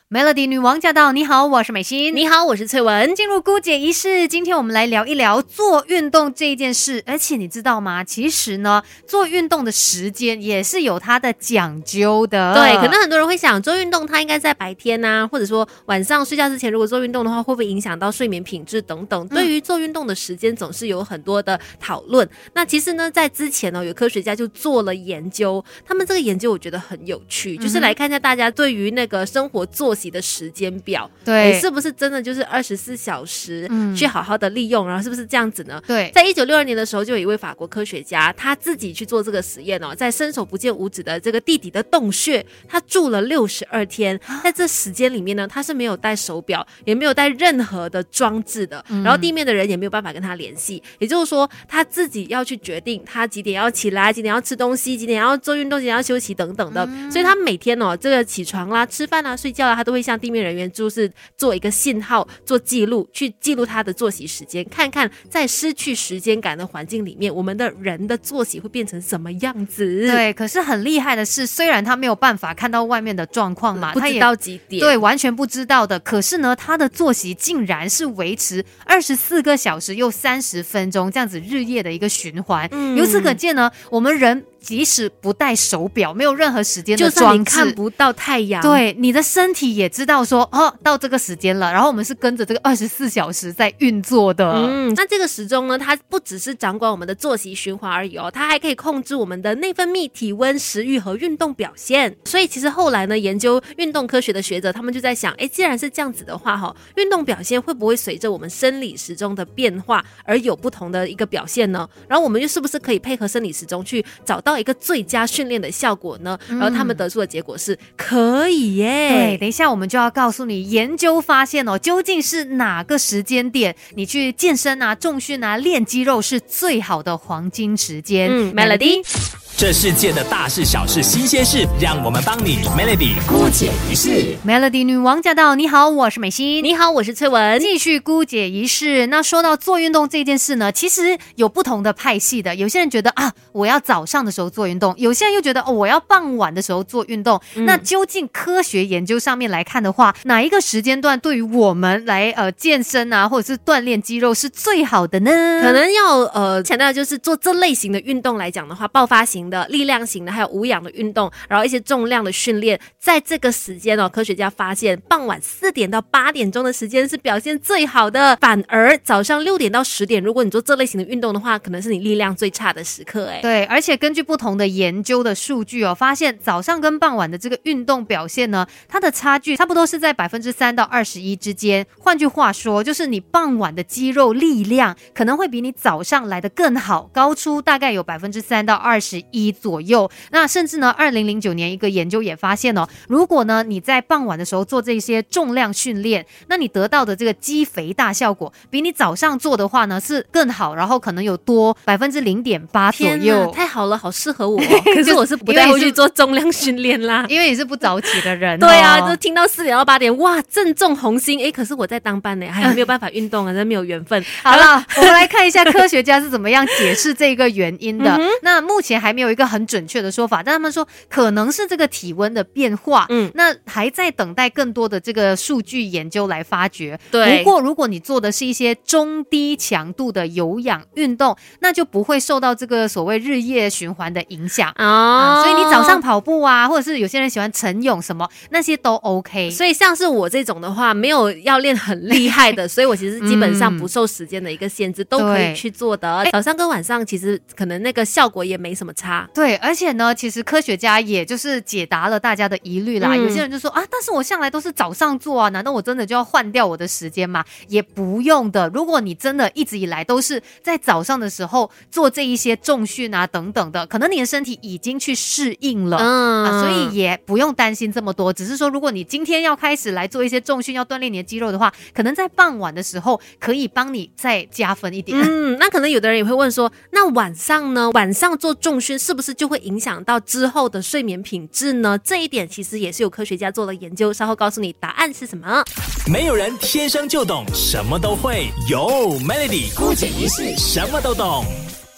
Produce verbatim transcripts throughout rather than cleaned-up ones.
Melody 女王驾到！你好，我是美心。 你好，我是翠文。 进入姑姐仪式，今天我们来聊一聊做运动这一件事。而且你知道吗？其实呢，做运动的时间也是有它的讲究的。 对，可能很多人会想，做运动它应该在白天啊，或者说晚上睡觉之前，如果做运动的话，会不会影响到睡眠品质等等？嗯、对于做运动的时间，总是有很多的讨论。那其实呢，在之前呢，有科学家就做了研究，他们这个研究我觉得很有趣，就是来看一下大家对于那个生活作息的时间表， 对， 是不是真的就是二十四小时去好好的利用，然后是不是这样子呢？ 对， 在一九六二年的时候，就有一位法国科学家，他自己去做这个实验哦，在伸手不见五指的这个地底的洞穴，他住了六十二天，在这时间里面呢，他是没有带手表，也没有带任何的装置的，然后地面的人也没有办法跟他联系，也就是说，他自己要去决定他几点要起来，几点要吃东西，几点要做运动，几点要休息等等的，嗯、所以他每天哦，这个起床啦、吃饭啦、睡觉啦，他都会向地面人员就是做一个信号，做记录，去记录他的作息时间，看看在失去时间感的环境里面，我们的人的作息会变成什么样子。 对，可是很厉害的是，虽然他没有办法看到外面的状况嘛， 不知道几点， 对，完全不知道的。可是呢，他的作息竟然是维持二十四个小时又三十分钟这样子日夜的一个循环。嗯、由此可见呢，我们人即使不戴手表，没有任何时间的装置， 就算你看不到太阳， 对，你的身体也知道说，哦，到这个时间了，然后我们是跟着这个二十四小时在运作的。 嗯，那这个时钟呢，它不只是掌管我们的作息循环而已哦，它还可以控制我们的内分泌、体温、食欲和运动表现。所以其实后来呢，研究运动科学的学者，他们就在想，哎，既然是这样子的话，哈，运动表现会不会随着我们生理时钟的变化而有不同的一个表现呢？然后我们又是不是可以配合生理时钟去找到一个最佳训练的效果呢？然后他们得出的结果是可以耶。 对，等一下我们就要告诉你，研究发现哦，究竟是哪个时间点你去健身啊、重训啊、练肌肉是最好的黄金时间。 嗯 ，Melody。 这世界的大事小事新鲜事，让我们帮你 Melody 姑姐仪式。 Melody 女王驾到！你好，我是美心。 你好，我是翠文。 继续姑姐仪式。那说到做运动这件事呢，其实有不同的派系的。有些人觉得啊，我要早上的时候做运动；有些人又觉得哦，我要傍晚的时候做运动。嗯、那究竟科学研究上面来看的话，哪一个时间段对于我们来呃健身啊，或者是锻炼肌肉是最好的呢？ 可能要呃强调就是做这类型的运动来讲的话，爆发型的、力量型的，还有无氧的运动，然后一些重量的训练，在这个时间哦，科学家发现傍晚四点到八点钟的时间是表现最好的，反而早上六点到十点，如果你做这类型的运动的话，可能是你力量最差的时刻。哎， 对，而且根据不同的研究的数据哦，发现早上跟傍晚的这个运动表现呢，它的差距差不多是在百分之三到二十一之间。换句话说，就是你傍晚的肌肉力量可能会比你早上来得更好，高出大概有百分之三到二十一左右。那甚至呢，二零零九年一个研究也发现哦，如果呢你在傍晚的时候做这些重量训练，那你得到的这个肌肥大效果，比你早上做的话呢是更好，然后可能有多百分之零点八左右。 太好了，好适合我、哦。可是我是不太会去做重量训练啦， 因为你是不早起的人、哦。 对啊，就听到四点到八点，哇，正中红心。哎，可是我在当班呢，还没有办法运动啊，真没有缘分。 好了，我们来看一下科学家是怎么样解释这个原因的。嗯、那目前还没有一个很准确的说法，但他们说可能是这个体温的变化，嗯，那还在等待更多的这个数据研究来发掘。 对， 不过如果你做的是一些中低强度的有氧运动，那就不会受到这个所谓日夜循环的影响哦、啊。所以你早上跑步啊，或者是有些人喜欢晨泳什么，那些都 OK。 所以像是我这种的话，没有要练很厉害的，所以我其实基本上不受时间的一个限制，嗯、都可以去做的。早上跟晚上其实可能那个效果也没什么差。 对，而且呢，其实科学家也就是解答了大家的疑虑啦。嗯、有些人就说啊，但是我向来都是早上做啊，难道我真的就要换掉我的时间吗？也不用的。如果你真的一直以来都是在早上的时候做这一些重训啊等等的，可能你的身体已经去适应了，嗯、啊，所以也不用担心这么多。只是说，如果你今天要开始来做一些重训，要锻炼你的肌肉的话，可能在傍晚的时候可以帮你再加分一点。 嗯，那可能有的人也会问说，那晚上呢？晚上做重训是不是就会影响到之后的睡眠品质呢？这一点其实也是有科学家做了研究，稍后告诉你答案是什么。 没有人天生就懂什么都会，有 Melody 姑姐仪式什么都懂。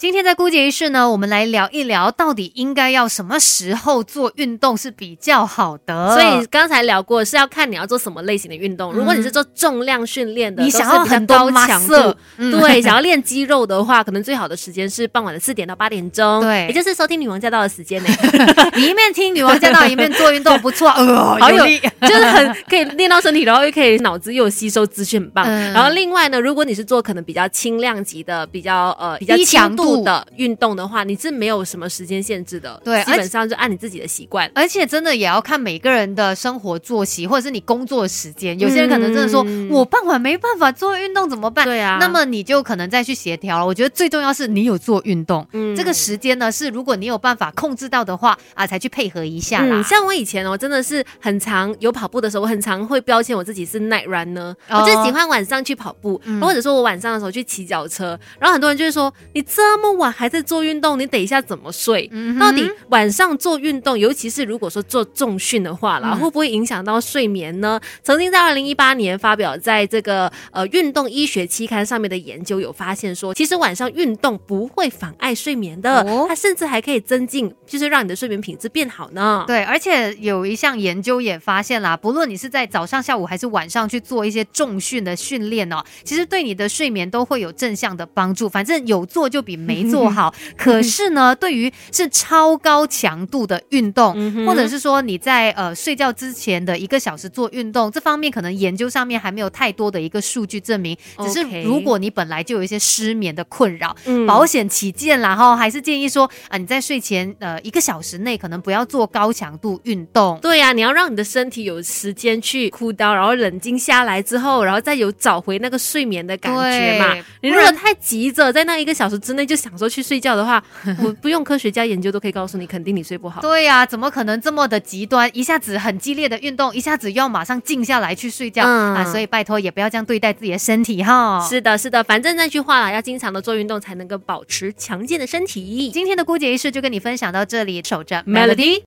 今天在姑姐一室呢，我们来聊一聊到底应该要什么时候做运动是比较好的。 所以刚才聊过是要看你要做什么类型的运动、嗯、如果你是做重量训练的， 你想要很高强度、 嗯、对，想要练肌肉的话，可能最好的时间是傍晚的四点到八点钟， 对， 也就是收听女王驾到的时间呢。 你一面听女王驾到一面做运动，不错，呃， 好有力，就是很可以练到身体，然后又可以脑子又有吸收资讯，很棒、嗯、然后另外呢，如果你是做可能比较轻量级的比较呃比较轻度的运动的话，你是没有什么时间限制的， 对， 基本上就按你自己的习惯， 而且真的也要看每个人的生活作息或者是你工作的时间，有些人可能真的说、嗯、我傍晚没办法做运动怎么办？ 对啊， 那么你就可能再去协调了。我觉得最重要是你有做运动、嗯、这个时间呢是如果你有办法控制到的话啊，才去配合一下啦、 嗯、像我以前哦真的是很常有跑步的时候，我很常会标签我自己是 night runner、哦、我就喜欢晚上去跑步、嗯、或者说我晚上的时候去骑脚车，然后很多人就会说你这么晚还在做运动，你等一下怎么睡、嗯、到底晚上做运动，尤其是如果说做重训的话啦、嗯、会不会影响到睡眠呢？曾经在二零一八年发表在这个呃运动医学期刊上面的研究有发现说，其实晚上运动不会妨碍睡眠的、哦、它甚至还可以增进，就是让你的睡眠品质变好呢。 对，而且有一项研究也发现啦，不论你是在早上下午还是晚上去做一些重训的训练哦，其实对你的睡眠都会有正向的帮助，反正有做就比没做好可是呢对于是超高强度的运动、嗯、或者是说你在呃睡觉之前的一个小时做运动，这方面可能研究上面还没有太多的一个数据证明，只是如果你本来就有一些失眠的困扰、嗯、保险起见啦齁，还是建议说啊、呃、你在睡前呃一个小时内可能不要做高强度运动。 对啊，你要让你的身体有时间去cool down，然后冷静下来之后，然后再有找回那个睡眠的感觉嘛。你如果太急着在那一个小时之内就想说去睡觉的话我不用科学家研究都可以告诉你肯定你睡不好。 对啊，怎么可能这么的极端，一下子很激烈的运动，一下子又要马上静下来去睡觉、嗯、啊，所以拜托也不要这样对待自己的身体哈。 是的是的，反正那句话啦，要经常的做运动才能够保持强健的身体。 今天的姑姐一事就跟你分享到这里，守着 Melody。